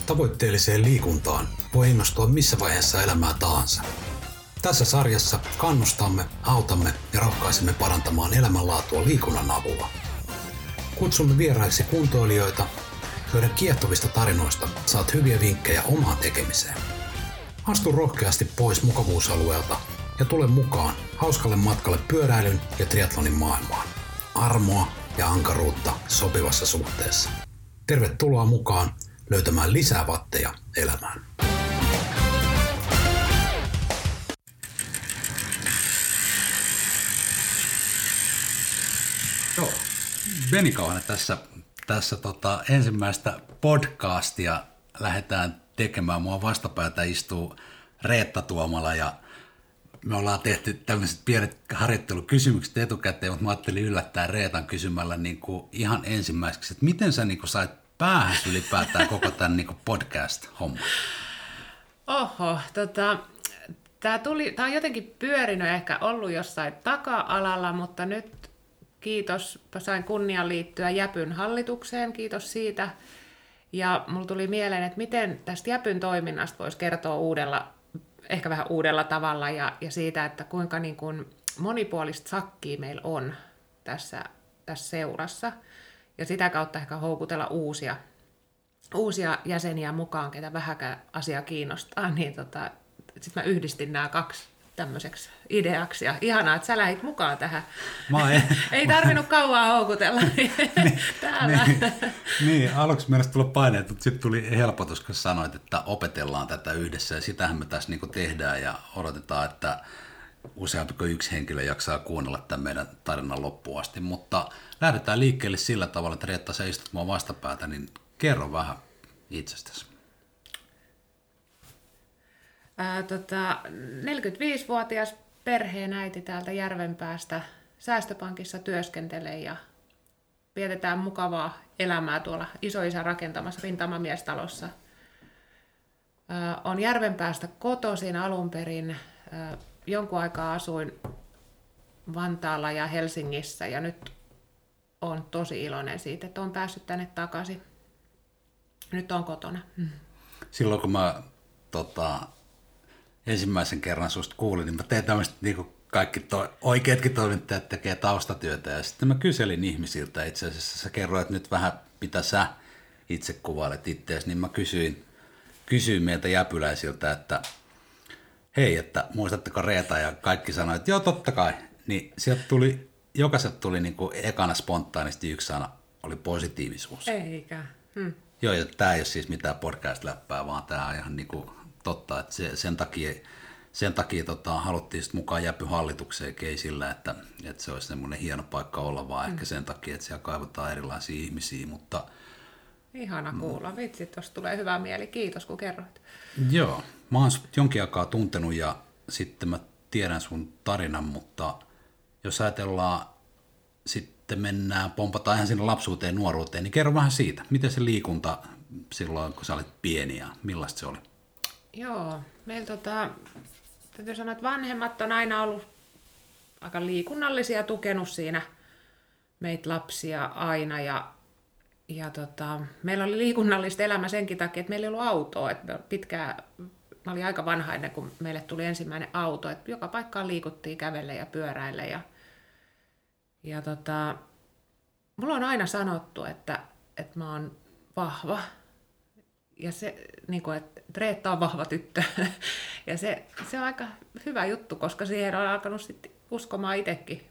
Tavoitteelliseen liikuntaan voi innostua missä vaiheessa elämää tahansa. Tässä sarjassa kannustamme, autamme ja rohkaisemme parantamaan elämänlaatua liikunnan avulla. Kutsumme vieraiksi kuntoilijoita, joiden kiehtovista tarinoista saat hyviä vinkkejä omaan tekemiseen. Astu rohkeasti pois mukavuusalueelta ja tule mukaan hauskalle matkalle pyöräilyn ja triathlonin maailmaan. Armoa ja ankaruutta sopivassa suhteessa. Tervetuloa mukaan löytämään lisää vatteja elämään. Joo, Beni Kauhanen tässä ensimmäistä podcastia lähdetään tekemään. Mua vastapäätä istuu Reetta Tuomala ja me ollaan tehty tämmöiset pienet harjoittelukysymykset etukäteen, mutta mä ajattelin yllättää Reetan kysymällä niin kuin ihan ensimmäiseksi, että miten sä niin kuin sait päähän ylipäätään koko tämän niin kuin podcast-homman? Oho, tämä on jotenkin pyörinyt, ehkä ollut jossain taka-alalla, mutta nyt kiitos, sain kunnian liittyä Jäpyn hallitukseen, kiitos siitä. Ja mulla tuli mieleen, että miten tästä Jäpyn toiminnasta voisi kertoa ehkä vähän uudella tavalla ja siitä, että kuinka niin kuin monipuolista sakkia meillä on tässä seurassa. Ja sitä kautta ehkä houkutella uusia jäseniä mukaan, ketä vähäkään asia kiinnostaa. Niin sitten mä yhdistin nämä kaksi tämmöiseksi ideaksi. Ja ihanaa, että sä lähdit mukaan tähän. Ei tarvinnut kauaa houkutella täällä. Niin, aluksi mielestäni tuli paineet, mutta sitten tuli helpotus, kun sanoit, että opetellaan tätä yhdessä. Ja sitähän me tässä niin tehdään ja odotetaan, että useampi kuin yksi henkilö jaksaa kuunnella tämän meidän tarinan loppuun asti. Mutta lähdetään liikkeelle sillä tavalla, että Reetta, sä istut mua vastapäätä, niin kerro vähän itsestäsi. 45-vuotias perheenäiti täältä Järvenpäästä Säästöpankissa työskentelee ja vietetään mukavaa elämää tuolla isoisän rakentamassa rintamamiestalossa. On Järvenpäästä kotoisin alun perin. Jonkun aikaa asuin Vantaalla ja Helsingissä ja nyt olen tosi iloinen siitä, että olen päässyt tänne takaisin. Nyt olen kotona. Silloin kun mä ensimmäisen kerran susta kuulin, niin mä tein tämmöistä niin kuin kaikki oikeatkin toimittajat tekee taustatyötä ja sitten mä kyselin ihmisiltä itse asiassa. Sä kerroit, että nyt vähän mitä sä itse kuvailet itseäsi, niin mä kysyin meiltä jäpyläisiltä, että hei, että muistatteko Reeta, ja kaikki sanoivat, että joo, totta kai. Niin sieltä jokaiselta tuli niin kuin ekana spontaanisti yksi sana, oli positiivisuus. Eikä. Joo, ja tämä ei ole siis mitään podcast-läppää, vaan tämä on ihan niin kuin totta, että sen takia haluttiin sitten mukaan Jäpy-hallitukseen, ei sillä, että se olisi semmoinen hieno paikka olla, vaan ehkä sen takia, että siellä kaivataan erilaisia ihmisiä, mutta ihana kuulla. Vitsi, tuossa tulee hyvä mieli. Kiitos, kun kerroit. Joo, mä oon sut jonkin aikaa tuntenut ja sitten mä tiedän sun tarinan, mutta jos ajatellaan, sitten pompataan ihan sinne lapsuuteen, nuoruuteen, niin kerro vähän siitä. Miten se liikunta silloin, kun sä olit pieni ja millaista se oli? Joo, meillä täytyy sanoa, että vanhemmat on aina ollut aika liikunnallisia, tukenut siinä meitä lapsia aina ja meillä oli liikunnallista elämä senkin takia, että meillä ei ollut autoa. Mä olin aika vanha ennen kuin meille tuli ensimmäinen auto. Että joka paikkaan liikuttiin kävelle ja pyöräille. Ja mulla on aina sanottu, että mä oon vahva. Ja se, niin kuin, että Reetta on vahva tyttö. Ja se on aika hyvä juttu, koska siihen on alkanut sitten uskomaan itsekin.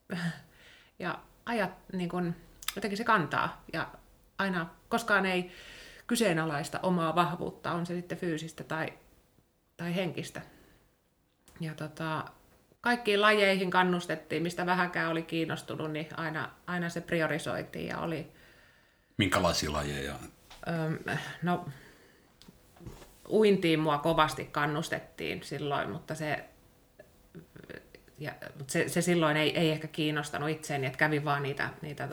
Ja niin kuin, jotenkin se kantaa. Ja aina koskaan ei kyseenalaista omaa vahvuutta, on se sitten fyysistä tai henkistä. Ja kaikkiin lajeihin kannustettiin, mistä vähänkään oli kiinnostunut, niin aina se priorisoitiin ja oli. Minkälaisia lajeja? No, uintiin mua kovasti kannustettiin silloin, mutta se silloin ei ehkä kiinnostanut itseäni, että kävin vaan niitä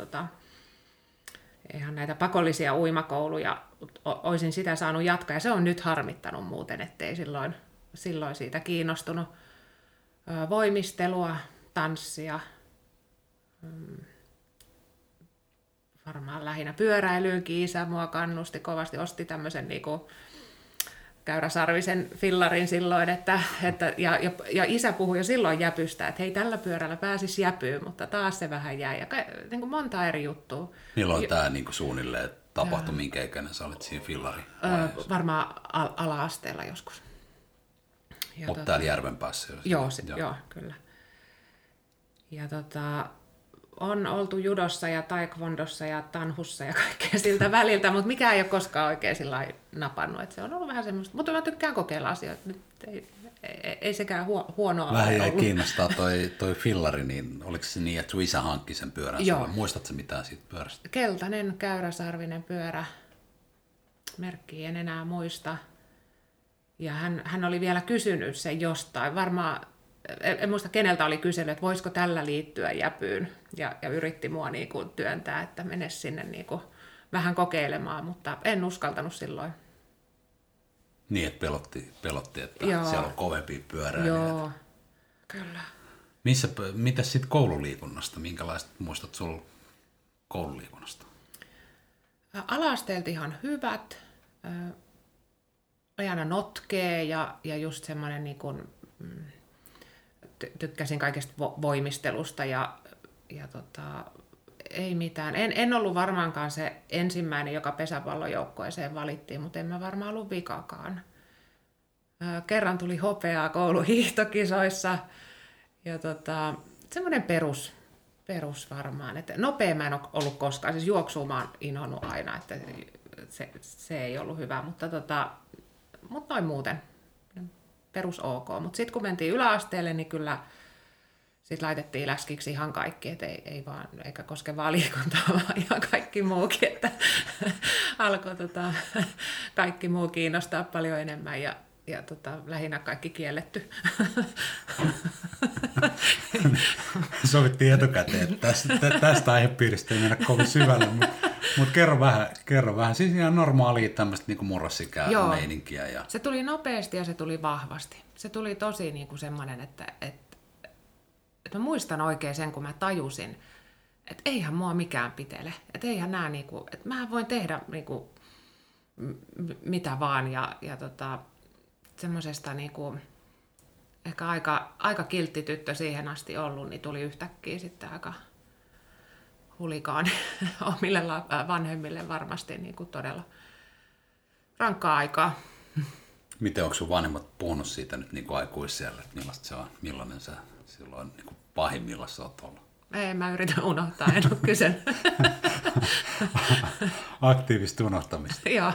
ihan näitä pakollisia uimakouluja, olisin sitä saanut jatkaa, ja se on nyt harmittanut muuten, ettei silloin siitä kiinnostunut. Voimistelua, tanssia, varmaan lähinnä pyöräilyynkin. Isä mua kannusti kovasti, osti tämmöisen niinku käyräsarvisen fillarin silloin, ja isä puhui jo silloin jäpystä, että hei, tällä pyörällä pääsisi jäpyyn, mutta taas se vähän jäi. Ja niin kuin monta eri juttua. Milloin tämä niin kuin suunnilleen tapahtui, minkä ikäinen sä olit siinä fillarin? Varmaan ala-asteella joskus. Mutta täällä Järvenpäässä? Joo, kyllä. Ja on oltu judossa ja taekwondossa ja tanhussa ja kaikkea siltä väliltä, mutta mikään ei ole koskaan oikein sillä napannut. Että se on ollut vähän semmoista, mutta mä tykkään kokeilla asioita. Nyt ei sekään huonoa vähän ole jäi ollut. kiinnostaa toi fillari, niin oliko se niin, että sun isä hankki sen pyörän? Joo. Muistatko mitään siitä pyörästä? Keltainen käyräsarvinen pyörä. Merkkiä en enää muista. Ja hän oli vielä kysynyt sen jostain. Varmaan, en muista keneltä oli kysynyt, että voisiko tällä liittyä jäpyyn. Ja yritti mua niinku työntää, että mene sinne niinku vähän kokeilemaan, mutta en uskaltanut silloin. Niin, että pelotti että Joo. siellä on kovempia pyörää. Joo, Niin, kyllä. mitäs sitten koululiikunnasta? Minkälaista muistat sulla koululiikunnasta? Ala-asteelta ihan hyvät. Aina notkee ja just semmoinen, niin kuin, tykkäsin kaikesta voimistelusta ja ei mitään. En ollut varmaankaan se ensimmäinen, joka pesäpallojoukkueeseen valittiin, mutta en mä varmaan ollut vikakaan. Kerran tuli hopeaa kouluhiihtokisoissa ja semmoinen perus varmaan. Että nopea mä en ole ollut koskaan, siis juoksua mä oon inhonnut aina, että se ei ollut hyvä, mutta noin muuten perus ok. Mutta sitten kun mentiin yläasteelle, niin kyllä sit laitettiin läskiksi ihan kaikki, et ei vaan, eikä koske vaan liikuntaa, vaan ihan kaikki muukin, että alkoi kaikki muu kiinnostaa paljon enemmän ja lähinnä kaikki kielletty. Sovittiin etukäteen, että tästä aihepiiristä ei mennä kovin syvälle, mutta kerro vähän. Siis ihan normaalia tämmöistä niinku murrosikää meininkiä. Ja... Se tuli nopeasti ja se tuli vahvasti. Se tuli tosi niinku semmoinen, että mä muistan oikein sen, kun mä tajusin, että eihän mua mikään pitele. Että eihän nää niinku, että mähän voin tehdä niinku mitä vaan ja semmoisesta niinku ehkä aika kiltti tyttö siihen asti ollut, niin tuli yhtäkkiä sitten aika hulikaan omille vanhemmille varmasti niin kuin todella rankkaa aikaa. Miten onko sun vanhemmat puhunut siitä nyt niin kuin aikuisiällä, että millaista se on, millainen sä silloin niin kuin pahimmillaan sä oot ollut? Ei, mä yritän unohtaa, en ole kysynyt. Aktiivista unohtamista. Joo.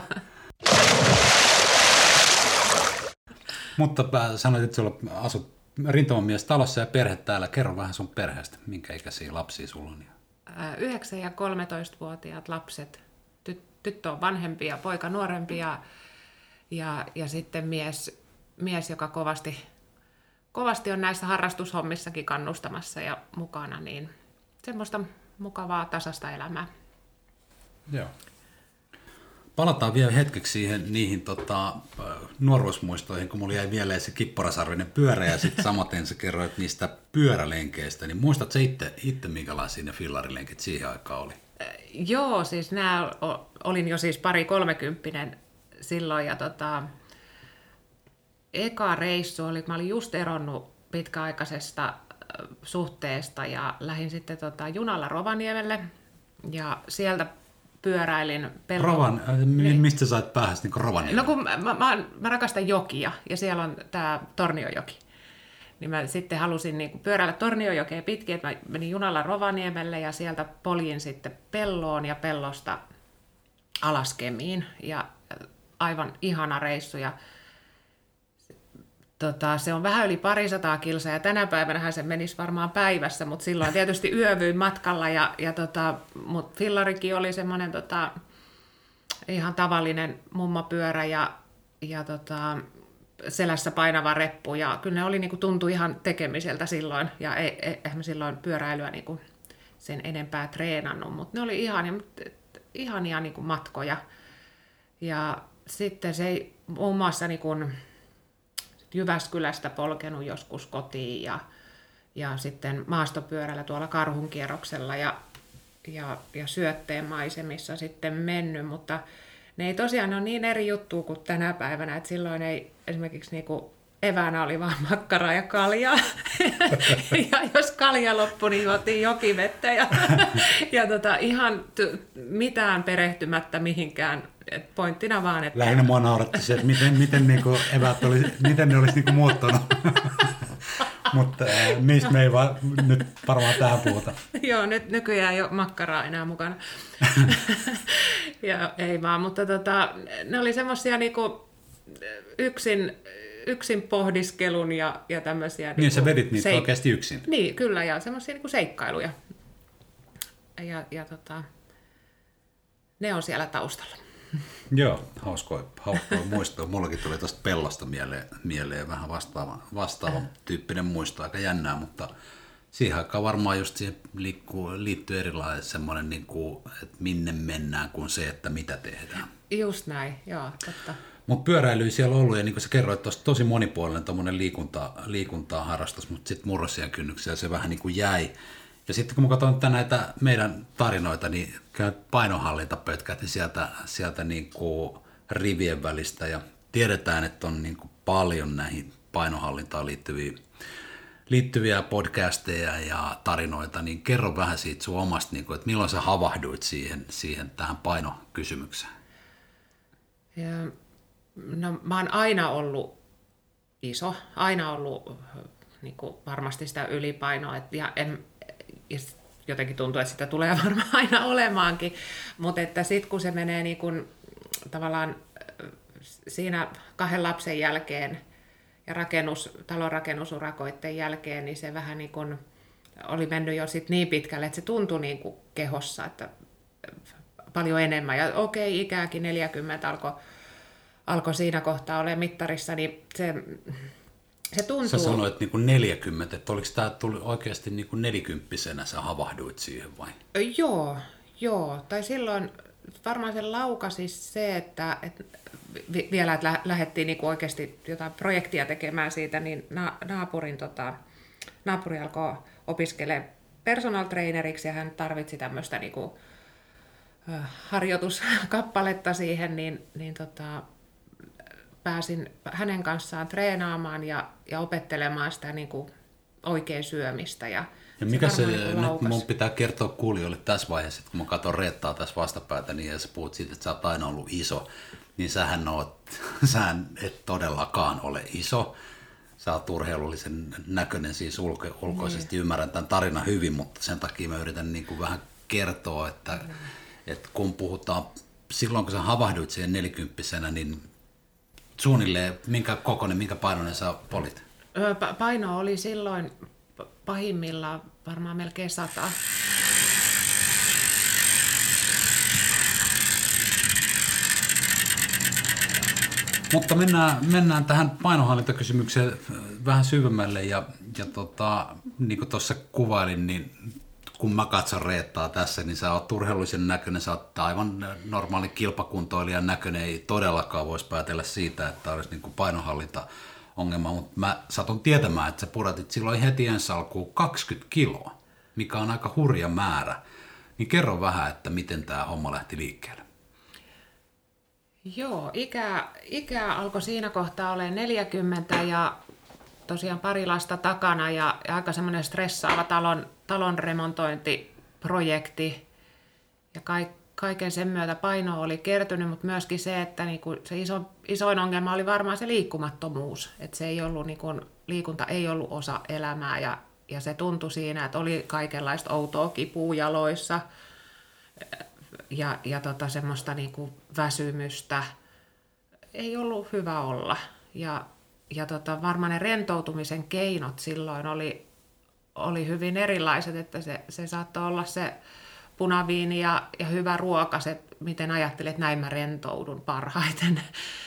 Mutta sanoit, että sulla asut rintamamiestalossa talossa ja perhe täällä. Kerro vähän sun perheestä. Minkä ikäisiä lapsia sulla on? 9- ja 13-vuotiaat lapset. Tyttö on vanhempi ja poika nuorempi ja sitten mies, joka kovasti on näissä harrastushommissakin kannustamassa ja mukana. Niin semmoista mukavaa tasasta elämää. Joo. Palataan vielä hetkeksi niihin nuoruusmuistoihin, kun mulla jäi mieleen se kipporasarvinen pyörä ja sitten samaten sä kerroit niistä pyörälenkeistä, niin muistatko sä itse minkälaisia ne fillarilenkit siihen aikaan oli? Joo, siis olin jo siis 30 silloin ja eka reissu oli, mä olin just eronnut pitkäaikaisesta suhteesta ja lähdin sitten junalla Rovaniemelle ja sieltä pyöräilin mistä sä sait päähän niin Rovaniemelle? No kun mä rakastan jokia ja siellä on tää Torniojoki. Niin mä sitten halusin niin pyöräillä Torniojokea pitkin, että mä menin junalla Rovaniemelle ja sieltä poljin sitten Pelloon ja Pellosta Alaskemiin. Ja aivan ihana reissu. Ja se on vähän yli 200 kilsaa ja tänä päivänä se menisi varmaan päivässä, mutta silloin tietysti yövyin matkalla mut fillarikin oli semmoinen ihan tavallinen mummapyörä ja selässä painava reppu ja kyllä ne oli niinku tuntui ihan tekemiseltä silloin ja eihän mä silloin pyöräilyä niinku sen enempää treenannut, mutta ne oli ihania niinku matkoja ja sitten se muun muassa niinku Jyväskylästä polkenut joskus kotiin ja sitten maastopyörällä tuolla Karhunkierroksella ja ja syötteen maisemissa sitten mennyt, mutta ne ei tosiaan ole niin eri juttua kuin tänä päivänä, että silloin ei esimerkiksi niinku eväänä oli vaan makkaraa ja kaljaa. Ja jos kalja loppui, niin juotiin jokivettä ja ihan mitään perehtymättä mihinkään. Et pointtina vaan, että... Lähinnä mua nauratti se, että miten niinku eväät miten ne olisi niinku muuttunut. Mutta niistä me ei vaan nyt varmaan tähän puhuta. Joo, nyt nykyään ei ole makkaraa enää mukana. Ja ei vaan, mutta ne oli semmoisia niinku yksin pohdiskelun ja tämmöisiä... Niin, sä vedit niitä oikeasti yksin. Niin, kyllä, ja semmoisia niinku seikkailuja. Ja ne on siellä taustalla. Joo, hauskoja muistoja. Mullakin tuli tuosta pellosta mieleen vähän vastaava tyyppinen muisto, aika jännää, mutta siihen aikaan varmaan just siihen liittyy erilainen semmoinen, niin kuin, että minne mennään kuin se, että mitä tehdään. Just näin, joo, totta. Mutta pyöräily ei siellä ollut, ja niin kuin sä kerroit, että tosi monipuolinen tommoinen liikuntaa harrastus, mutta sitten murrosian kynnyksiä se vähän niin kuin jäi. Ja sitten kun mä katson näitä meidän tarinoita, niin kyllä painonhallinta pötkähti sieltä niin kuin rivien välistä, ja tiedetään, että on niin kuin paljon näihin painonhallintaan liittyviä podcasteja ja tarinoita, niin kerro vähän siitä sun omasta, niin kuin, että milloin sä havahduit siihen tähän painokysymykseen? No, mä oon aina ollut iso, aina ollut niin kuin varmasti sitä ylipainoa, ja jotenkin tuntuu, että sitä tulee varmaan aina olemaankin, mutta että sitten kun se menee niin kuin, tavallaan siinä 2 lapsen jälkeen ja talon rakennusurakoiden jälkeen, niin se vähän niin kuin oli mennyt jo sit niin pitkälle, että se tuntui niin kuin kehossa, että paljon enemmän. Ja okei, ikääkin 40 alkoi siinä kohtaa olemaan mittarissa, niin se tuntuu... Sä sanoit niin kuin 40, että oliko tämä tuli oikeasti niin kuin 40-vuotiaana sä havahduit siihen vai? Joo. Tai silloin varmaan se laukasi se, että vielä että lähdettiin niin kuin oikeasti jotain projektia tekemään siitä, niin naapuri alkoi opiskelemaan personal traineriksi ja hän tarvitsi tämmöistä niin kuin harjoituskappaletta siihen, niin pääsin hänen kanssaan treenaamaan ja opettelemaan sitä niin kuin oikein syömistä. Ja mikä se nyt mun pitää kertoa kuulijoille tässä vaiheessa, että kun mä katson Reettaa tässä vastapäätä, niin ja sä puhut siitä, että sä oot aina ollut iso, niin sähän et todellakaan ole iso. Sä oot urheilullisen näköinen siis ulkoisesti, ymmärrän tämän tarinan hyvin, mutta sen takia mä yritän niin kuin vähän kertoa, että kun puhutaan, silloin kun sä havahduit siihen 40-vuotiaana, niin suunnilleen minkä kokoinen, minkä painoinen sä olit? Paino oli silloin pahimmillaan varmaan melkein 100. Mutta mennään tähän painonhallintakysymykseen vähän syvemmälle ja niin kuin tuossa kuvailin, niin kun mä katson Reettaa tässä, niin sä oot urheilullisen näköinen, sä oot aivan normaali kilpakuntoilijan näköinen, ei todellakaan voisi päätellä siitä, että olisi niin kuin painonhallintaongelma, mutta mä satun tietämään, että sä pudotit silloin heti ensi alkuun 20 kiloa, mikä on aika hurja määrä. Niin kerro vähän, että miten tämä homma lähti liikkeelle. Joo, ikä alkoi siinä kohtaa olemaan 40 ja tosiaan pari lasta takana ja aika semmoinen stressaava talon remontointiprojekti. Ja kaiken sen myötä paino oli kertynyt, mutta myöskin se, että niinku se isoin ongelma oli varmaan se liikkumattomuus. Että se ei ollut, niinku, liikunta ei ollut osa elämää ja se tuntui siinä, että oli kaikenlaista outoa kipua jaloissa ja semmoista niinku väsymystä. Ei ollut hyvä olla. Ja varmaan ne rentoutumisen keinot silloin oli hyvin erilaiset, että se saattoi olla se punaviini ja hyvä ruoka, se miten ajattelin, että näin mä rentoudun parhaiten.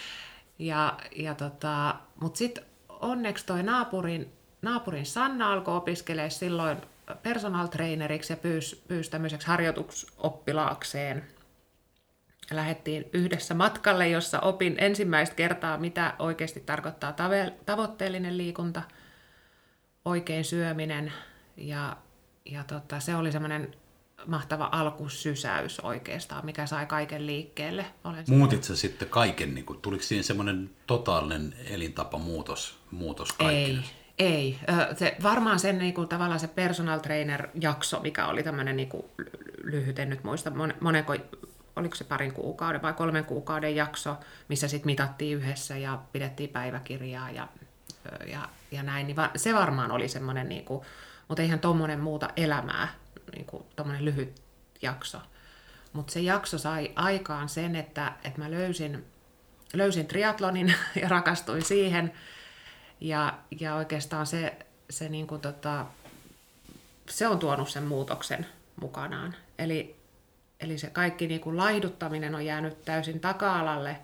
Mutta sitten onneksi toi naapurin Sanna alkoi opiskelemaan silloin personal traineriksi ja pyysi tämmöiseksi harjoituksoppilaakseen. Lähdettiin yhdessä matkalle, jossa opin ensimmäistä kertaa, mitä oikeasti tarkoittaa tavoitteellinen liikunta, oikein syöminen. Ja se oli semmoinen mahtava alkusysäys oikeastaan, mikä sai kaiken liikkeelle. Muutit sä sitten kaiken, niin tuliko siinä semmoinen totaalinen elintapamuutos kaikille? Ei. Varmaan sen niin kuin, tavallaan se personal trainer-jakso, mikä oli tämmöinen niin kuin, lyhyt, en nyt muista moneko, oliko se 2 kuukauden vai 3 kuukauden jakso, missä sitten mitattiin yhdessä ja pidettiin päiväkirjaa ja näin. Niin se varmaan oli semmoinen, niin kuin, mutta eihän tommoinen muuta elämää, niin kuin tommoinen lyhyt jakso. Mutta se jakso sai aikaan sen, että mä löysin triathlonin ja rakastuin siihen. Ja oikeastaan se, niin kuin se on tuonut sen muutoksen mukanaan. Eli se kaikki niin kuin laihduttaminen on jäänyt täysin taka-alalle.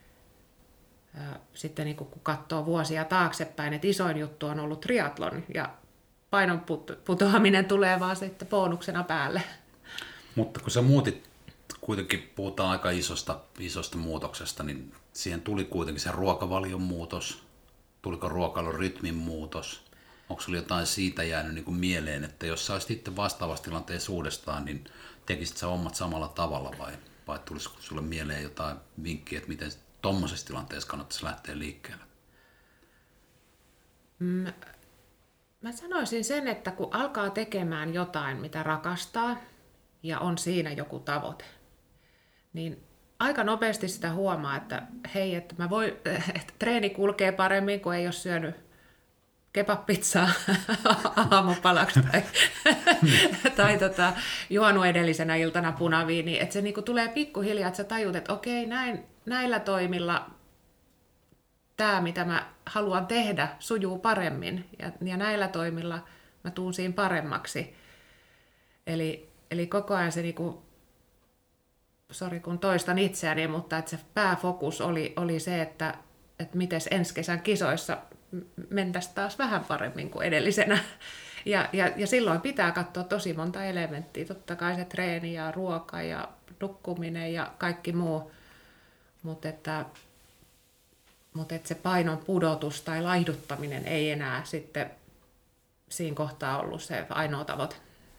Sitten niin kuin, kun katsoo vuosia taaksepäin, että isoin juttu on ollut triathlon ja painon putoaminen tulee vaan sitten bonuksena päälle. Mutta kun sä muutit, kuitenkin puhutaan aika isosta muutoksesta, niin siihen tuli kuitenkin se ruokavalion muutos. Tuliko ruokailun rytmin muutos? Onko sinulla jotain siitä jäänyt niin kuin mieleen, että jos sä olisit itse vastaavassa tilanteessa uudestaan, niin tekisit sä hommat samalla tavalla vai tulisiko sinulle mieleen jotain vinkkiä, että miten tuommoisessa tilanteessa kannattaisi lähteä liikkeelle? Mä sanoisin sen, että kun alkaa tekemään jotain, mitä rakastaa ja on siinä joku tavoite, niin aika nopeasti sitä huomaa, että hei, että että treeni kulkee paremmin, kun ei ole syönyt kebab-pizzaa aamupalaksi tai juonut edellisenä iltana punaviiniä. Että se niinku tulee pikkuhiljaa, että sä tajut, että okei, näillä toimilla tämä, mitä mä haluan tehdä, sujuu paremmin. Ja näillä toimilla mä tuun siinä paremmaksi. Eli koko ajan se niinku, sori kun toistan itseäni, mutta että se pääfokus oli se, että miten ensi kesän kisoissa mentäisiin taas vähän paremmin kuin edellisenä. Ja silloin pitää katsoa tosi monta elementtiä. Totta kai se treeni ja ruoka ja nukkuminen ja kaikki muu. Mutta että se painon pudotus tai laihduttaminen ei enää sitten siinä kohtaa ollut se ainoa tavoite.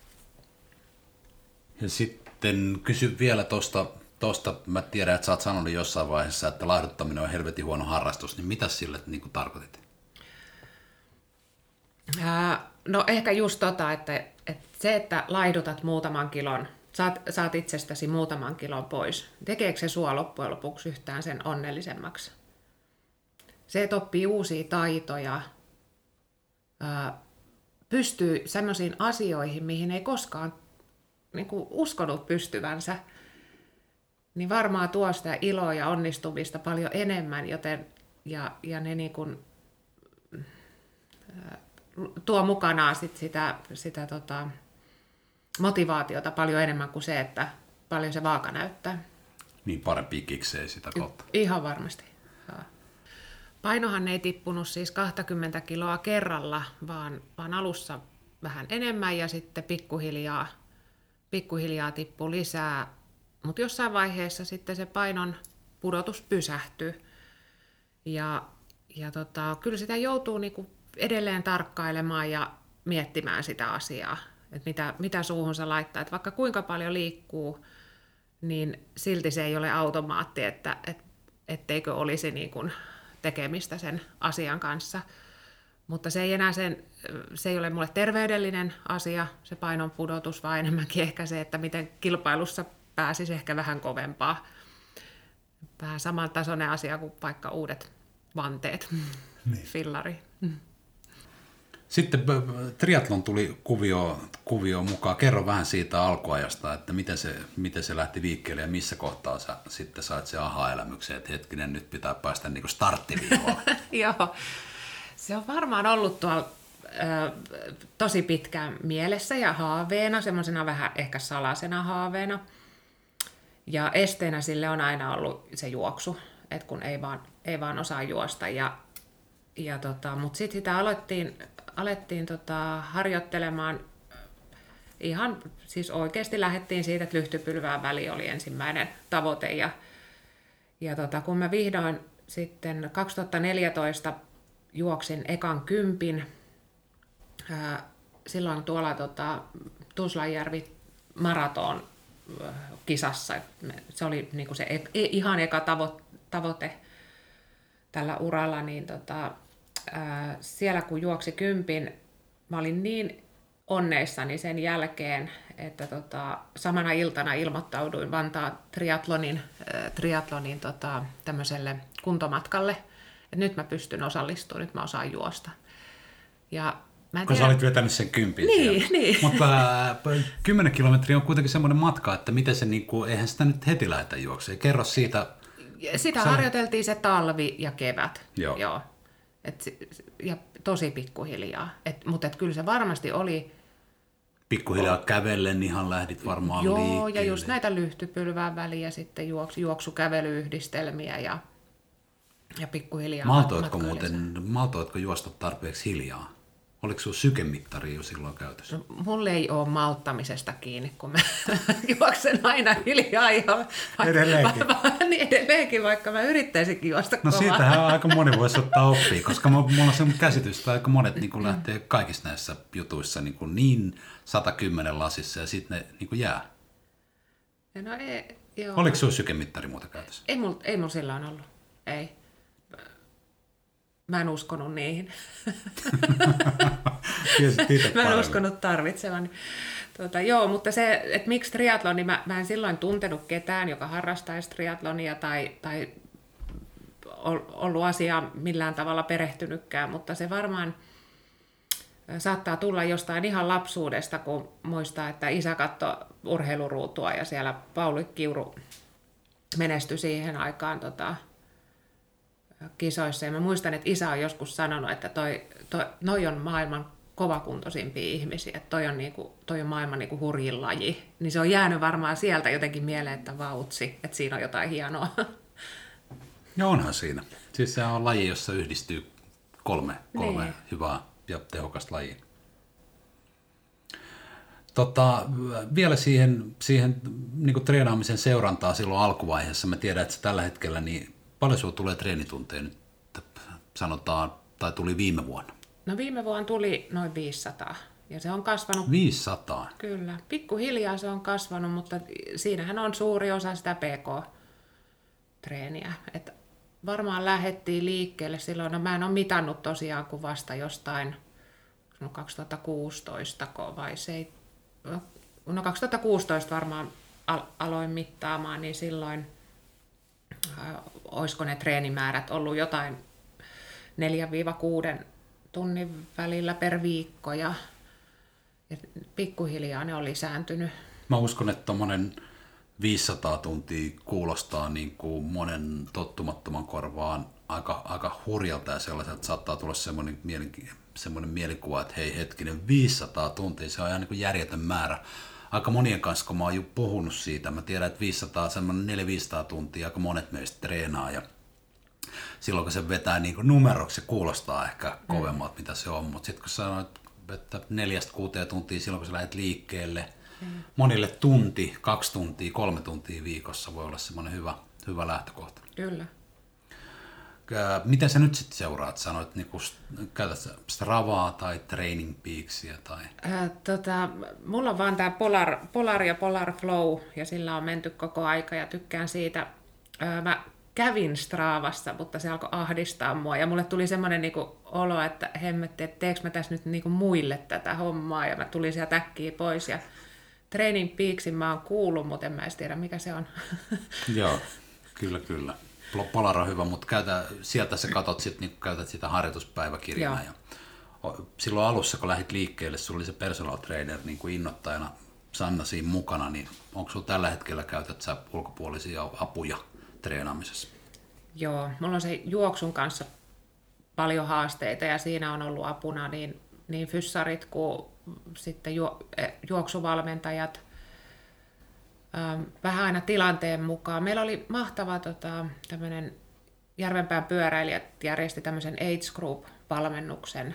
Ja sitten kysy vielä tuosta, mä tiedän, että sä oot sanonut jossain vaiheessa, että laihduttaminen on helvetin huono harrastus, niin mitä sille niin kuin tarkoitit? No ehkä just että se, että laihdutat muutaman kilon, saat itsestäsi muutaman kilon pois, tekeekö se sua loppujen lopuksi yhtään sen onnellisemmaksi? Se, että oppii uusia taitoja, pystyy sellaisiin asioihin, mihin ei koskaan niin kuin uskonut pystyvänsä, niin varmaan tuo sitä iloa ja onnistumista paljon enemmän, joten, ja ne niin kuin, tuo mukanaan sitä motivaatiota paljon enemmän kuin se, että paljon se vaaka näyttää. Niin parempi kiksei sitä kautta. Ihan varmasti. Painohan ei tippunut siis 20 kiloa kerralla, vaan alussa vähän enemmän ja sitten pikkuhiljaa tippui lisää. Mutta jossain vaiheessa sitten se painon pudotus pysähtyi. Ja kyllä sitä joutuu niinku edelleen tarkkailemaan ja miettimään sitä asiaa, että mitä suuhunsa laittaa. Et vaikka kuinka paljon liikkuu, niin silti se ei ole automaatti, etteikö olisi niin kuin tekemistä sen asian kanssa. Mutta se ei ole mulle terveydellinen asia, se painon pudotus, vaan enemmänkin ehkä se, että miten kilpailussa pääsisi ehkä vähän kovempaa. Vähän samantasoinen asia kuin vaikka uudet vanteet, niin. Fillari. Sitten triathlon tuli kuvioon mukaan. Kerro vähän siitä alkuajasta, että miten se lähti liikkeelle ja missä kohtaa sä sitten sait se aha-elämyksen, että hetkinen, nyt pitää päästä niin kuin starttiviivalle. Joo, se on varmaan ollut tuolla tosi pitkään mielessä ja haaveena, semmoisena vähän ehkä salasena haaveena. Ja esteenä sille on aina ollut se juoksu, että kun ei vaan osaa juosta. Mutta sitten sitä alettiin harjoittelemaan ihan, siis oikeasti lähdettiin siitä, että lyhtypylvään väli oli ensimmäinen tavoite. Ja kun mä vihdoin sitten 2014 juoksin ekan 10, silloin tuolla Tuusulanjärvi maraton kisassa. Se oli niin kuin se ihan eka tavoite tällä uralla, niin siellä kun juoksi 10, mä olin niin onneissani sen jälkeen, että samana iltana ilmoittauduin Vantaan triatlonin tämmöiselle kuntomatkalle, että nyt mä pystyn osallistumaan, nyt mä osaan juosta. Ja kun sä olit vetänyt sen 10 niin. Mutta 10 kilometriä on kuitenkin semmoinen matka, että miten se, niinku, eihän sitä nyt heti lähdetä juoksemaan. Kerro siitä. Sitä harjoiteltiin se talvi ja kevät. Joo. Ja tosi pikkuhiljaa. Mutta kyllä se varmasti oli. Pikkuhiljaa kävellen ihan lähdit varmaan liikkeelle. Joo, ja just näitä lyhtypylvään väliä sitten juoksukävelyyhdistelmiä ja pikkuhiljaa. Maltoitko juosta tarpeeksi hiljaa? Oliko sinulla sykemittari jo silloin käytössä? No, mulla ei ole malttamisesta kiinni, kun mä juoksen aina hiljaa. Edelleenkin, vaikka mä yrittäisinkin juosta kovaa. No siitähän aika moni voisi ottaa oppia, koska mulla on semmoinen käsitys, että aika monet niin lähtee kaikissa näissä jutuissa niin 110 lasissa ja sitten ne niin jää. No joo. Oliko sinulla sykemittari muuta käytössä? Ei mulla silloin ollut, ei. Mä en uskonut niihin. Mä en uskonut tarvitsevani. Joo, mutta se, että miksi triatlon, niin mä en silloin tuntenut ketään, joka harrastaisi triatlonia tai ollut asiaan millään tavalla perehtynytkään, mutta se varmaan saattaa tulla jostain ihan lapsuudesta, kun muistaa, että isä katsoi urheiluruutua ja siellä Pauli Kiuru menestyi siihen aikaan kisoissa. Ja mä muistan, että isä on joskus sanonut, että noi on maailman kovakuntoisimpia ihmisiä, että toi on maailman niinku hurjin laji. Niin se on jäänyt varmaan sieltä jotenkin mieleen, että vautsi, että siinä on jotain hienoa. Ja onhan siinä. Siis se on laji, jossa yhdistyy kolme hyvää ja tehokasta lajia. Vielä siihen niin kuin treenaamisen seurantaa silloin alkuvaiheessa. Mä tiedän, että tällä hetkellä niin paljon sinulla tulee treenitunteja nyt, sanotaan, tai tuli viime vuonna? No viime vuonna tuli noin 500 ja se on kasvanut. 500? Kyllä. Pikkuhiljaa se on kasvanut, mutta siinähän on suuri osa sitä PK-treeniä. Että varmaan lähdettiin liikkeelle silloin, no mä en ole mitannut tosiaan kuin vasta jostain 2016 vai se. No 2016 varmaan aloin mittaamaan, niin silloin olisiko ne treenimäärät ollut jotain 4-6 tunnin välillä per viikko ja pikkuhiljaa ne on lisääntynyt. Mä uskon, että tommonen 500 tuntia kuulostaa niin kuin monen tottumattoman korvaan aika hurjalta ja sellaiselta saattaa tulla semmoinen mielikuva, että hei hetkinen, 500 tuntia, se on ihan niin kuin järjetön määrä. Aika monien kanssa, kun mä oon jo puhunut siitä, mä tiedän, että 400 tuntia aika monet meistä treenaa ja silloin kun se vetää niin kuin numeroksi, se kuulostaa ehkä kovemmalta, mitä se on, mutta sitten kun sanoit, että 4-6 tuntia silloin, kun sä lähdet liikkeelle, monille tunti, 2 tuntia, 3 tuntia viikossa voi olla semmoinen hyvä lähtökohta. Kyllä. Miten sä nyt sitten seuraat? Sanoit, niin käytät Stravaa tai Training Peaksia? Tai? Mulla on vaan tämä Polar ja Polar Flow ja sillä on menty koko aika ja tykkään siitä. Mä kävin Stravassa, mutta se alkoi ahdistaa mua ja mulle tuli semmoinen niinku olo, että hemmetti, että teekö mä tässä nyt niinku muille tätä hommaa ja mä tulin sieltä äkkiä pois ja Training Peaksin mä oon kuullut, mutta en mä edes tiedä mikä se on. Joo, kyllä. Polar on hyvä, mutta sieltä sä katot niin käytät sitä harjoituspäiväkirjana. Ja silloin alussa, kun lähdit liikkeelle, sulla oli se personal trainer niin kuin innoittajana Sanna siinä mukana, niin onko sulla tällä hetkellä käytät sä ulkopuolisia apuja treenaamisessa? Joo, mulla on se juoksun kanssa paljon haasteita ja siinä on ollut apuna niin fyssarit kuin sitten juoksuvalmentajat. Vähän aina tilanteen mukaan. Meillä oli mahtava tämmöinen Järvenpään pyöräilijät järjesti tämmöisen Age Group-valmennuksen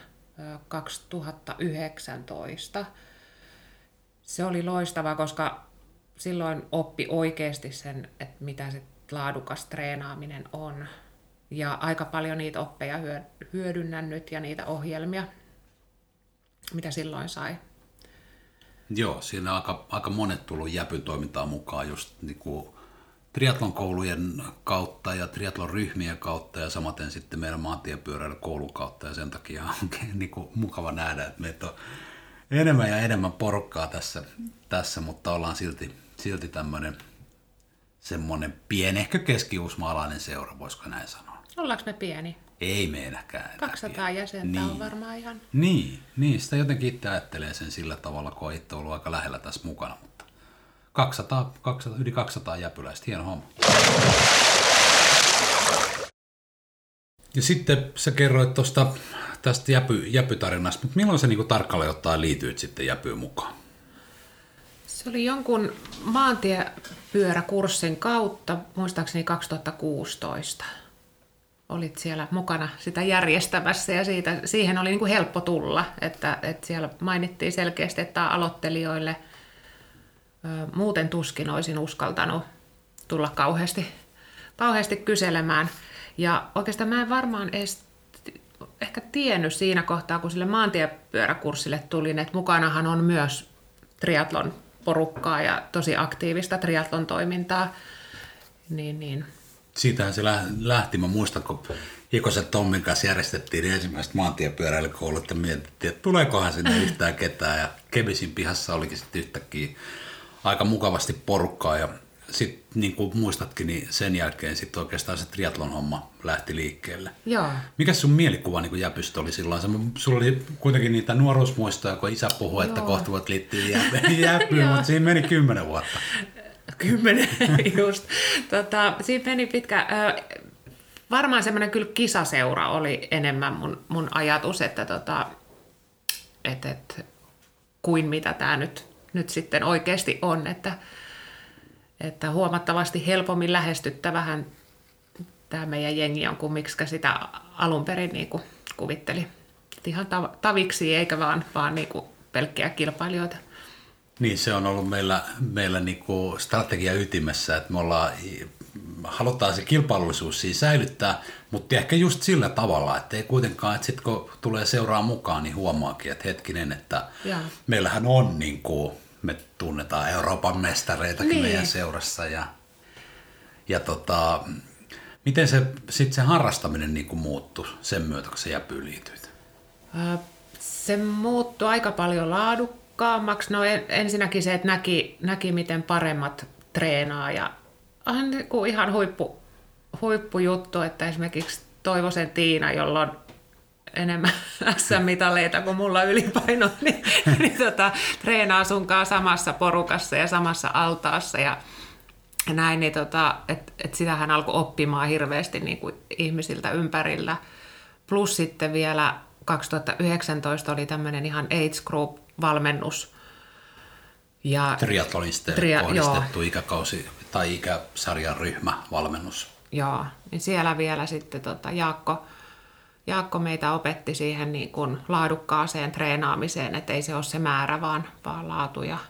2019. Se oli loistava, koska silloin oppi oikeasti sen, että mitä se laadukas treenaaminen on. Ja aika paljon niitä oppeja hyödynnän nyt ja niitä ohjelmia, mitä silloin sai. Joo, siinä on aika monet tullut jäpyn toimintaan mukaan just niinku triatlon koulujen kautta ja triatlon ryhmien kautta ja samaten sitten meidän maantiepyöräilykoulun kautta ja sen takia on niinku mukava nähdä, että meitä on enemmän ja enemmän porukkaa tässä mutta ollaan silti tämmöinen semmoinen pienehkö keski-uusmaalainen seura, voisiko näin sanoa. Ollaanko me pieni? Ei meidänkään. 200 jäsentä on varmaan ihan... Niin, sitä jotenkin itse ajattelee sen sillä tavalla, kun on itse ollut aika lähellä tässä mukana, mutta yli 200 jäpyläistä, hieno homma. Ja sitten sä kerroit tästä jäpytarinasta, mutta milloin sä niinku tarkalleen ottaen liityit sitten jäpyyn mukaan? Se oli jonkun maantiepyöräkurssin kautta, muistaakseni 2016. Olit siellä mukana sitä järjestämässä ja siihen oli niin kuin helppo tulla, että siellä mainittiin selkeästi, että aloittelijoille muuten tuskin olisin uskaltanut tulla kauheasti kyselemään. Ja oikeastaan mä en varmaan edes ehkä tiennyt siinä kohtaa, kun sille maantiepyöräkurssille tulin, että mukanahan on myös triatlon porukkaa ja tosi aktiivista triatlon toimintaa. Niin. Siitähän se lähti. Mä muistan, kun Ikosen Tommin kanssa järjestettiin ensimmäiset maantiepyöräilykoulut ja mietittiin, että tuleekohan sinne yhtään ketään. Ja Kebisin pihassa olikin sitten yhtäkkiä aika mukavasti porukkaa. Ja sitten niin kuin muistatkin, niin sen jälkeen sitten oikeastaan se triatlon homma lähti liikkeelle. Joo. Mikäs sun mielikuva niin jäpystä oli silloin? Sulla oli kuitenkin niitä nuoruusmuistoja, kun isä puhui, että kohta voit liittyä jäpyyn, mutta siinä meni 10 vuotta. 10, just. Siinä meni pitkä. Varmaan semmoinen kyllä kisaseura oli enemmän mun ajatus, että kuin mitä tämä nyt sitten oikeasti on, että huomattavasti helpommin lähestyttävähän tämä meidän jengi on kuin miksi sitä alun perin niin kuin kuvitteli. Että ihan taviksi eikä vaan niin kuin pelkkiä kilpailijoita. Niin, se on ollut meillä niinku strategia ytimessä, että me halutaan se kilpailullisuus siinä säilyttää, mutta ehkä just sillä tavalla, että ei kuitenkaan, että sitten kun tulee seuraa mukaan, niin huomaakin, että hetkinen, että meillähän on, niinku, me tunnetaan Euroopan mestareitakin meidän seurassa miten se harrastaminen niinku muuttui sen myötä, kun se jäpyyn liityit? Se muuttui aika paljon laadukkaammaksi. No ensinnäkin se, että näki miten paremmat treenaa ja ihan huippujuttu, että esimerkiksi Toivosen Tiina, jolla on enemmän SM-mitaleita kuin mulla ylipaino, niin treenaa sunkaan samassa porukassa ja samassa altaassa ja näin, niin että sitähän alkoi oppimaan hirveästi niin kuin ihmisiltä ympärillä. Plus sitten vielä 2019 oli tämmöinen ihan Age Group-valmennus. Triatlonisteille kohdistettu ikäkausi tai ikäsarjan ryhmävalmennus. Joo, niin siellä vielä sitten Jaakko meitä opetti siihen niin kuin laadukkaaseen treenaamiseen, että ei se ole se määrä, vaan laatu. Ja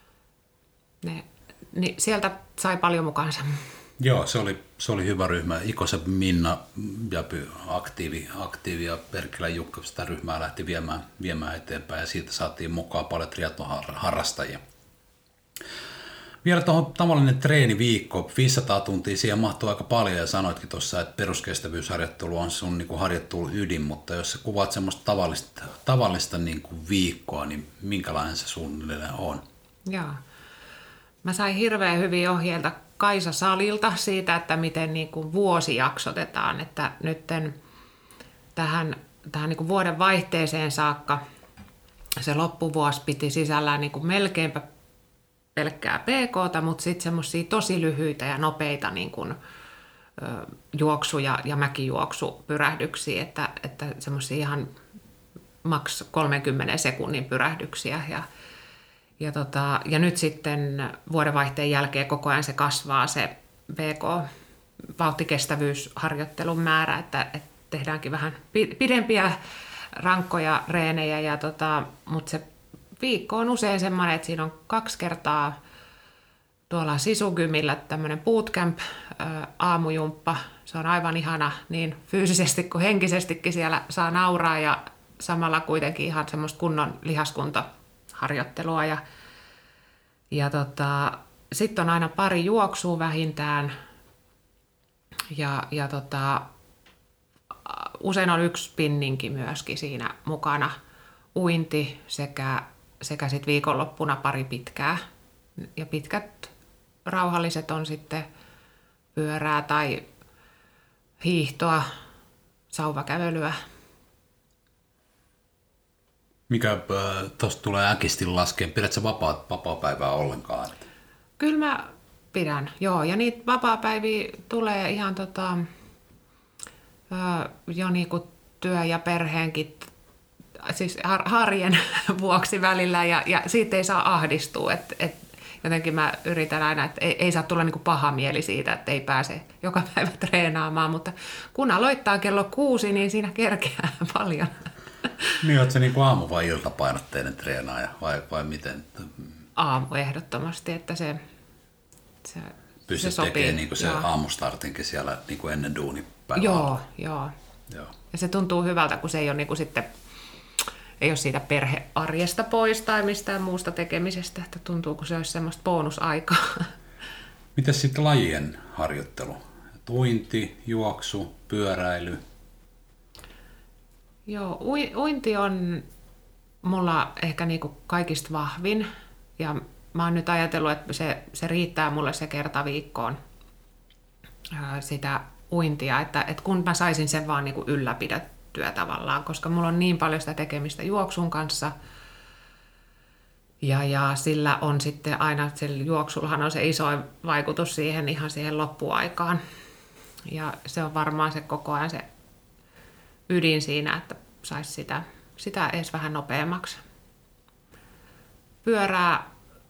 niin sieltä sai paljon mukaansa. Joo, se oli hyvä ryhmä. Ikosen Minna Jäpy aktiivi ja Perkilän Jukka sitä ryhmää lähti viemään eteenpäin ja siitä saatiin mukaan paljon triathlon-harrastajia. Vielä tuohon tavallinen treeniviikko, 500 tuntia, siihen mahtuu aika paljon ja sanoitkin tuossa, että peruskestävyysharjoittelu on sun niin kuin harjoittelun ydin, mutta jos sä kuvaat semmoista tavallista niin kuin viikkoa, niin minkälainen se suunnilleen on? Joo. Mä sain hirveän hyviä ohjeita Kaisa Salilta siitä, että miten niin kuin vuosi jaksotetaan, että nyt tähän niin kuin vuoden vaihteeseen saakka se loppuvuosi piti sisällään niin kuin melkeinpä pelkkää PK:ta, mutta sitten semmoisia tosi lyhyitä ja nopeita niin kuin, juoksu- ja mäkijuoksupyrähdyksiä, että semmoisia ihan maks 30 sekunnin pyrähdyksiä. Ja nyt sitten vuodenvaihteen jälkeen koko ajan se kasvaa se vauhtikestävyysharjoittelun määrä, että tehdäänkin vähän pidempiä rankkoja reenejä, mutta se viikko on usein semmoinen, että siinä on 2 kertaa tuolla Sisugymillä tämmöinen bootcamp aamujumppa. Se on aivan ihana niin fyysisesti kuin henkisestikin, siellä saa nauraa ja samalla kuitenkin ihan semmoista kunnon lihaskuntaharjoittelua. Ja Ja sitten on aina pari juoksua vähintään. Ja usein on yksi spinninki myöskin siinä mukana. Uinti sekä sitten viikonloppuna pari pitkää. Ja pitkät rauhalliset on sitten pyörää tai hiihtoa, sauvakävelyä. Mikä tuosta tulee äkisti laskeen? Pidätkö vapaa-päivää ollenkaan? Kyllä mä pidän, joo. Ja niitä vapaa-päiviä tulee ihan jo niinku työ- ja perheenkin, siis harjen vuoksi välillä. Ja siitä ei saa ahdistua. Jotenkin mä yritän aina, että ei saa tulla niinku paha mieli siitä, että ei pääse joka päivä treenaamaan. Mutta kun aloittaa kello 6, niin siinä kerkeää paljon. Niin, ootko se niin kuin aamu- vai iltapainotteinen treenaaja vai miten? Aamu ehdottomasti, että se pystyt tekemään niin kuin se aamustartinkin siellä niin kuin ennen duunipäivää. Joo. Ja se tuntuu hyvältä, kun se ei ole, niin kuin sitten, ei ole siitä perhearjesta pois tai mistään muusta tekemisestä, että tuntuu, kun se olisi semmoista bonusaikaa. Mitäs sitten lajien harjoittelu? Uinti, juoksu, pyöräily? Joo, uinti on mulla ehkä niinku kaikista vahvin ja mä oon nyt ajatellut, että se riittää mulle se kerta viikkoon sitä uintia, että kun mä saisin sen vaan niinku ylläpidettyä tavallaan, koska mulla on niin paljon sitä tekemistä juoksun kanssa ja sillä on sitten aina, sillä juoksullahan on se isoin vaikutus ihan siihen loppuaikaan ja se on varmaan se koko ajan se ydin siinä, että saisi sitä edes vähän nopeammaksi. Pyörää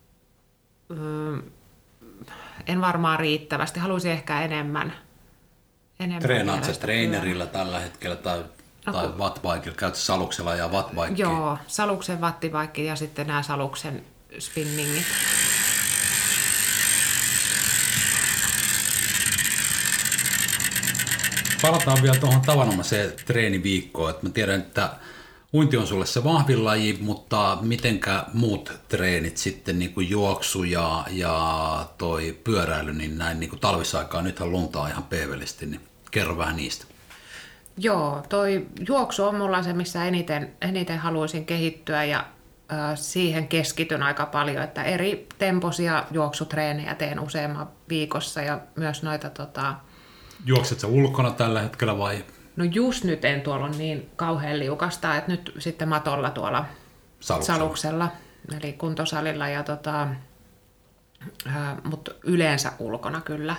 en varmaan riittävästi, haluaisin ehkä enemmän. Treenaat sä treenerillä tällä hetkellä tai wattbikella, käyt saluksella ja wattbikea? Joo, saluksen wattibike ja sitten nämä saluksen spinningit. Palataan vielä tuohon tavanomaiseen treeniviikkoon. Että mä tiedän, että uinti on sulle se vahvin laji, mutta mitenkä muut treenit sitten, niin kuin juoksu ja toi pyöräily, niin näin niin kuin talvisaikaan, nythän luntaa ihan peevelisti, niin kerro vähän niistä. Joo, toi juoksu on mulla se, missä eniten haluaisin kehittyä ja siihen keskityn aika paljon, että eri tempoisia juoksutreenejä teen useamman viikossa ja myös noita Juokset sä ulkona tällä hetkellä vai? No just nyt en tuolla ole niin kauhean liukasta, että nyt sitten matolla tuolla saluksella eli kuntosalilla, mutta yleensä ulkona kyllä.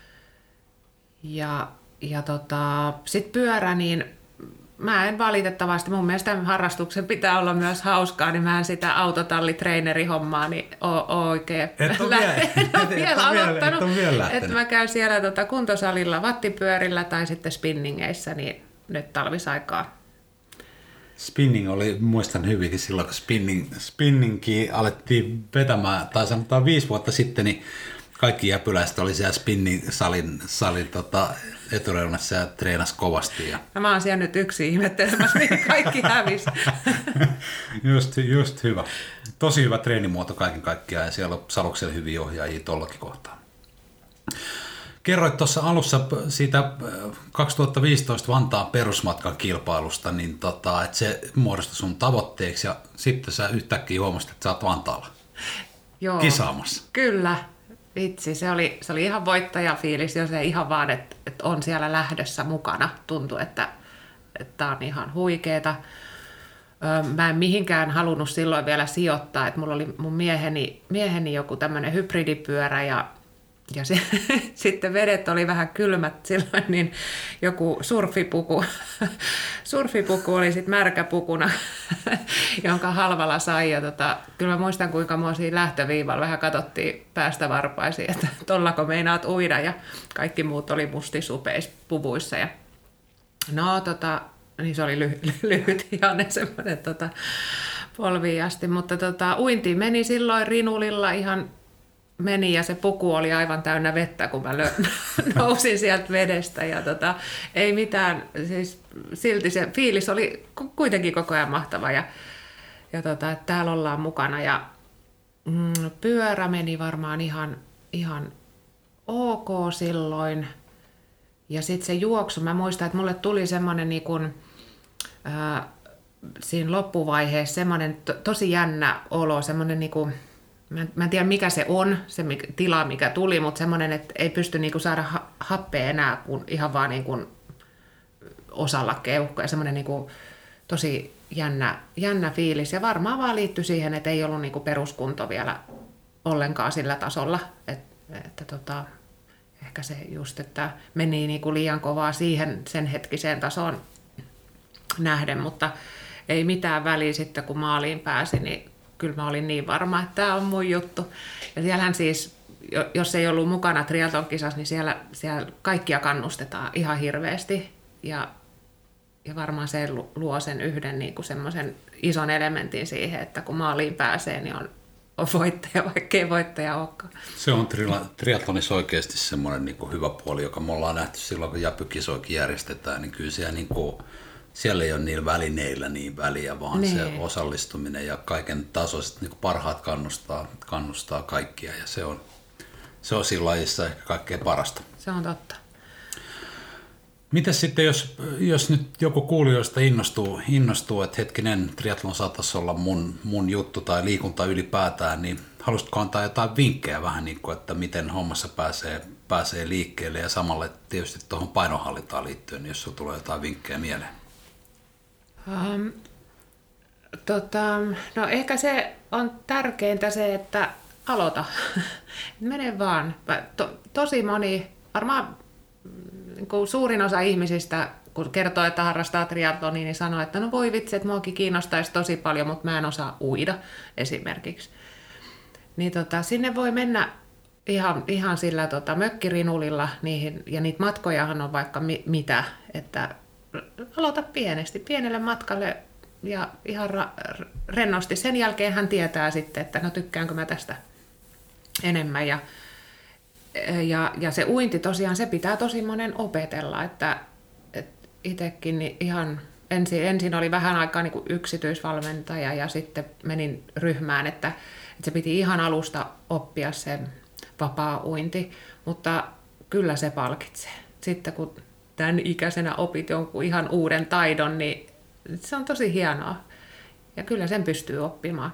Ja sitten pyörä, niin mä en valitettavasti, mun mielestä harrastuksen pitää olla myös hauskaa, niin mä en sitä autotallitreenerihommaa niin oikein vielä aloittanut. Että mä käyn siellä kuntosalilla wattipyörillä tai sitten spinningeissä, niin nyt talvisaikaa. Spinning oli, muistan hyvinkin silloin, kun spinningia alettiin vetämään, tai sanotaan 5 vuotta sitten, niin kaikki jäpyläiset oli siellä spinning-salin etureunassa ja treenasi kovasti. Ja mä oon siellä nyt yksin ihmettelemässä, niin kaikki hävisi. Just hyvä. Tosi hyvä treenimuoto kaiken kaikkiaan ja siellä on saluksella hyviä ohjaajia tollakin kohtaa. Kerroit tuossa alussa siitä 2015 Vantaan perusmatkan kilpailusta, niin että se muodostui sun tavoitteeksi ja sitten sä yhtäkkiä huomasit, että sä oot Vantaalla kisaamassa. Kyllä. Vitsi, se oli ihan voittajafiilis, jos ei ihan vaan, että on siellä lähdössä mukana. Tuntui, että tää on ihan huikeeta. Mä en mihinkään halunnut silloin vielä sijoittaa, että mulla oli mun mieheni joku tämmöinen hybridipyörä ja sitten vedet oli vähän kylmät silloin, niin joku surfipuku oli sitten märkäpukuna, jonka halvalla sai. Ja kyllä mä muistan, kuinka mua siinä lähtöviivalla vähän katsottiin päästä varpaisiin, että tollako meinaat uida, ja kaikki muut oli mustisupeissa puvuissa. Ja niin se oli lyhyt ihanne semmoinen polviin asti, mutta uinti meni silloin rinulilla ihan meni ja se puku oli aivan täynnä vettä, kun mä nousin sieltä vedestä ja ei mitään, siis silti se fiilis oli kuitenkin koko ajan mahtava ja täällä ollaan mukana ja Pyörä meni varmaan ihan ok silloin. Ja sitten se juoksu, mä muistan, että mulle tuli semmoinen niin kuin, siinä loppuvaiheessa semmoinen tosi jännä olo, semmoinen niin kuin, mä en tiedä mikä se on, se tila mikä tuli, mutta semmoinen, että ei pysty niin kuin saada happea enää kuin ihan vaan niin kuin osalla keuhkoja, semmoinen niin kuin tosi jännä fiilis. Ja varmaan vaan liittyi siihen, että ei ollut niin kuin peruskunto vielä ollenkaan sillä tasolla, että ehkä se just, että meni niin kuin liian kovaa siihen sen hetkiseen tasoon nähden, mutta ei mitään väliä sitten, kun maaliin pääsi, niin kyllä mä olin niin varma, että tämä on mun juttu. Ja siellähän siis, jos ei ollut mukana triathlon-kisassa, niin siellä kaikkia kannustetaan ihan hirveästi. Ja varmaan se luo sen yhden niin kuin semmoisen ison elementin siihen, että kun maaliin pääsee, niin on voittaja, vaikkei voittaja olekaan. Se on triathlonissa oikeasti semmoinen niin kuin hyvä puoli, joka me ollaan nähty silloin, kun jäpykisoikin järjestetään, niin kyllä siellä, niin kuin, siellä ei ole niillä välineillä niin väliä, vaan niin. Se osallistuminen ja kaiken tasoiset niin kuin parhaat kannustaa kaikkia, ja se on siinä lajissa ehkä kaikkein parasta. Se on totta. Mitäs sitten, jos nyt joku kuulijoista innostuu, että hetkinen, triathlon saattaisi olla mun juttu tai liikunta ylipäätään, niin haluaisitko antaa jotain vinkkejä vähän niin kuin, että miten hommassa pääsee liikkeelle ja samalle tietysti tuohon painonhallintaan liittyen, jos sinulla tulee jotain vinkkejä mieleen? No ehkä se on tärkeintä se, että aloita. Mene vaan. Tosi moni, varmaan kun suurin osa ihmisistä, kun kertoo, että harrastaa triathlonia, niin sanoo, että no voi vitsi, että muakin kiinnostaisi tosi paljon, mutta mä en osaa uida esimerkiksi. Niin sinne voi mennä ihan sillä mökkirinulilla niihin, ja niitä matkojahan on vaikka mitä, että aloita pienelle matkalle ja ihan rennosti. Sen jälkeen hän tietää sitten, että no tykkäänkö mä tästä enemmän. Ja se uinti tosiaan, se pitää tosi monen opetella, että itsekin niin ihan ensin oli vähän aikaa niin kuin yksityisvalmentaja ja sitten menin ryhmään, että se piti ihan alusta oppia se vapaa uinti, mutta kyllä se palkitsee. Sitten kun tämän ikäisenä opit jonkun ihan uuden taidon, niin se on tosi hienoa ja kyllä sen pystyy oppimaan.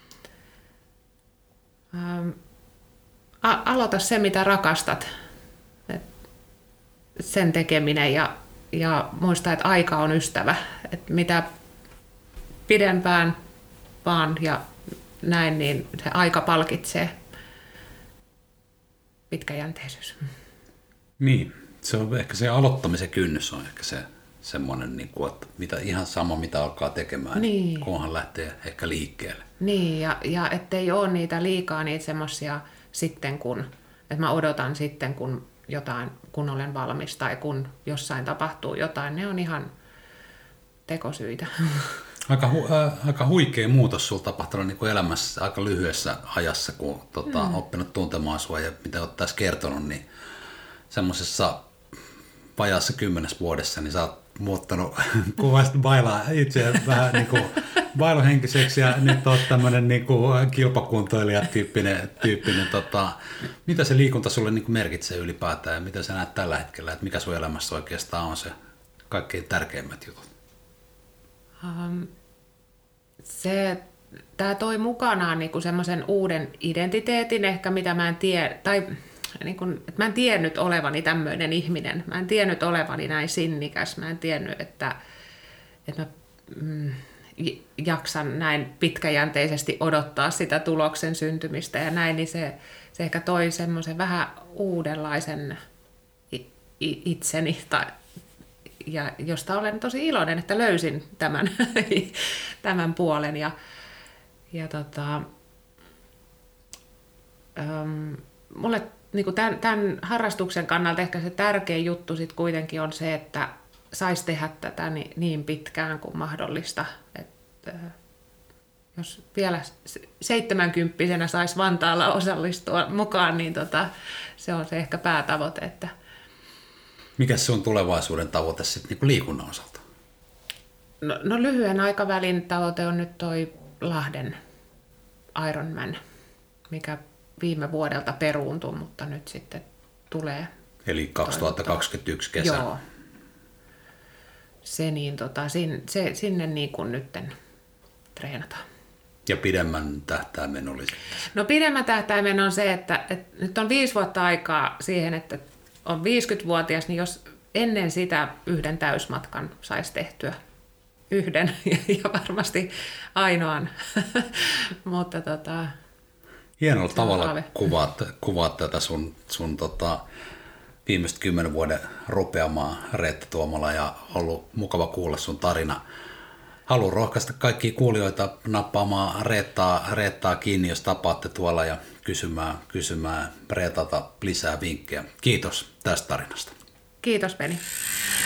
Aloita se, mitä rakastat, sen tekeminen ja muista, että aika on ystävä. Että mitä pidempään vaan ja näin, niin se aika palkitsee. Pitkäjänteisyys. Niin, se on ehkä se aloittamisen kynnys on ehkä se semmoinen, että ihan sama mitä alkaa tekemään, niin kunhan lähtee ehkä liikkeelle. Niin, ja ettei ole niitä liikaa niitä semmoisia sitten että mä odotan sitten kun olen valmis tai kun jossain tapahtuu jotain, ne on ihan tekosyitä. Aika huikea muutos sulla tapahtunut niin kuin elämässä aika lyhyessä ajassa, kun oppinut tuntemaan sua ja mitä olet tässä kertonut, niin semmoisessa vajaassa 10 vuodessa, niin sä oot muuttanut kuvasta bailaa itse vähän niin kuin bailuhenkiseksi ja nyt oot tämmöinen niin kuin kilpakuntoilijatyyppinen. Mitä se liikunta sulle niin kuin merkitsee ylipäätään ja mitä sä näet tällä hetkellä, että mikä sun elämässä oikeastaan on se kaikkein tärkeimmät jutut? Tämä toi mukanaan niin kuin semmoisen uuden identiteetin ehkä, mitä mä en tiedä, tai niin kuin, että mä en tiennyt olevani tämmöinen ihminen. Mä en tiennyt olevani näin sinnikäs. Mä en tiennyt, että mä jaksan näin pitkäjänteisesti odottaa sitä tuloksen syntymistä ja näin, niin se ehkä toi semmoisen vähän uudenlaisen itseni, ja josta olen tosi iloinen, että löysin tämän puolen. Mulle niin kuin tämän harrastuksen kannalta ehkä se tärkein juttu sit kuitenkin on se, että saisi tehdä tätä niin pitkään kuin mahdollista. Että jos vielä 70-vuotiaana saisi Vantaalla osallistua mukaan, niin se on se ehkä päätavoite. Että mikäs se on tulevaisuuden tavoite sitten niin liikunnan osalta? No lyhyen aikavälin tavoite on nyt toi Lahden Ironman. mikä viime vuodelta peruuntui, mutta nyt sitten tulee. Eli 2021 kesä. Joo. Se niin, sinne niin kuin nytten treenataan. Ja pidemmän tähtäimen oli sitten? No pidemmän tähtäimen on se, että nyt on 5 vuotta aikaa siihen, että on 50-vuotias, niin jos ennen sitä yhden täysmatkan saisi tehtyä, yhden ja varmasti ainoan, mutta hienolla tavalla kuvaat tätä sun viimeistä 10 vuoden rupeamaa Reetta Tuomala ja ollut mukava kuulla sun tarina. Haluan rohkaista kaikkia kuulijoita nappaamaan Reettaa kiinni, jos tapaatte tuolla ja kysymään Reetalta lisää vinkkejä. Kiitos tästä tarinasta. Kiitos, Peni.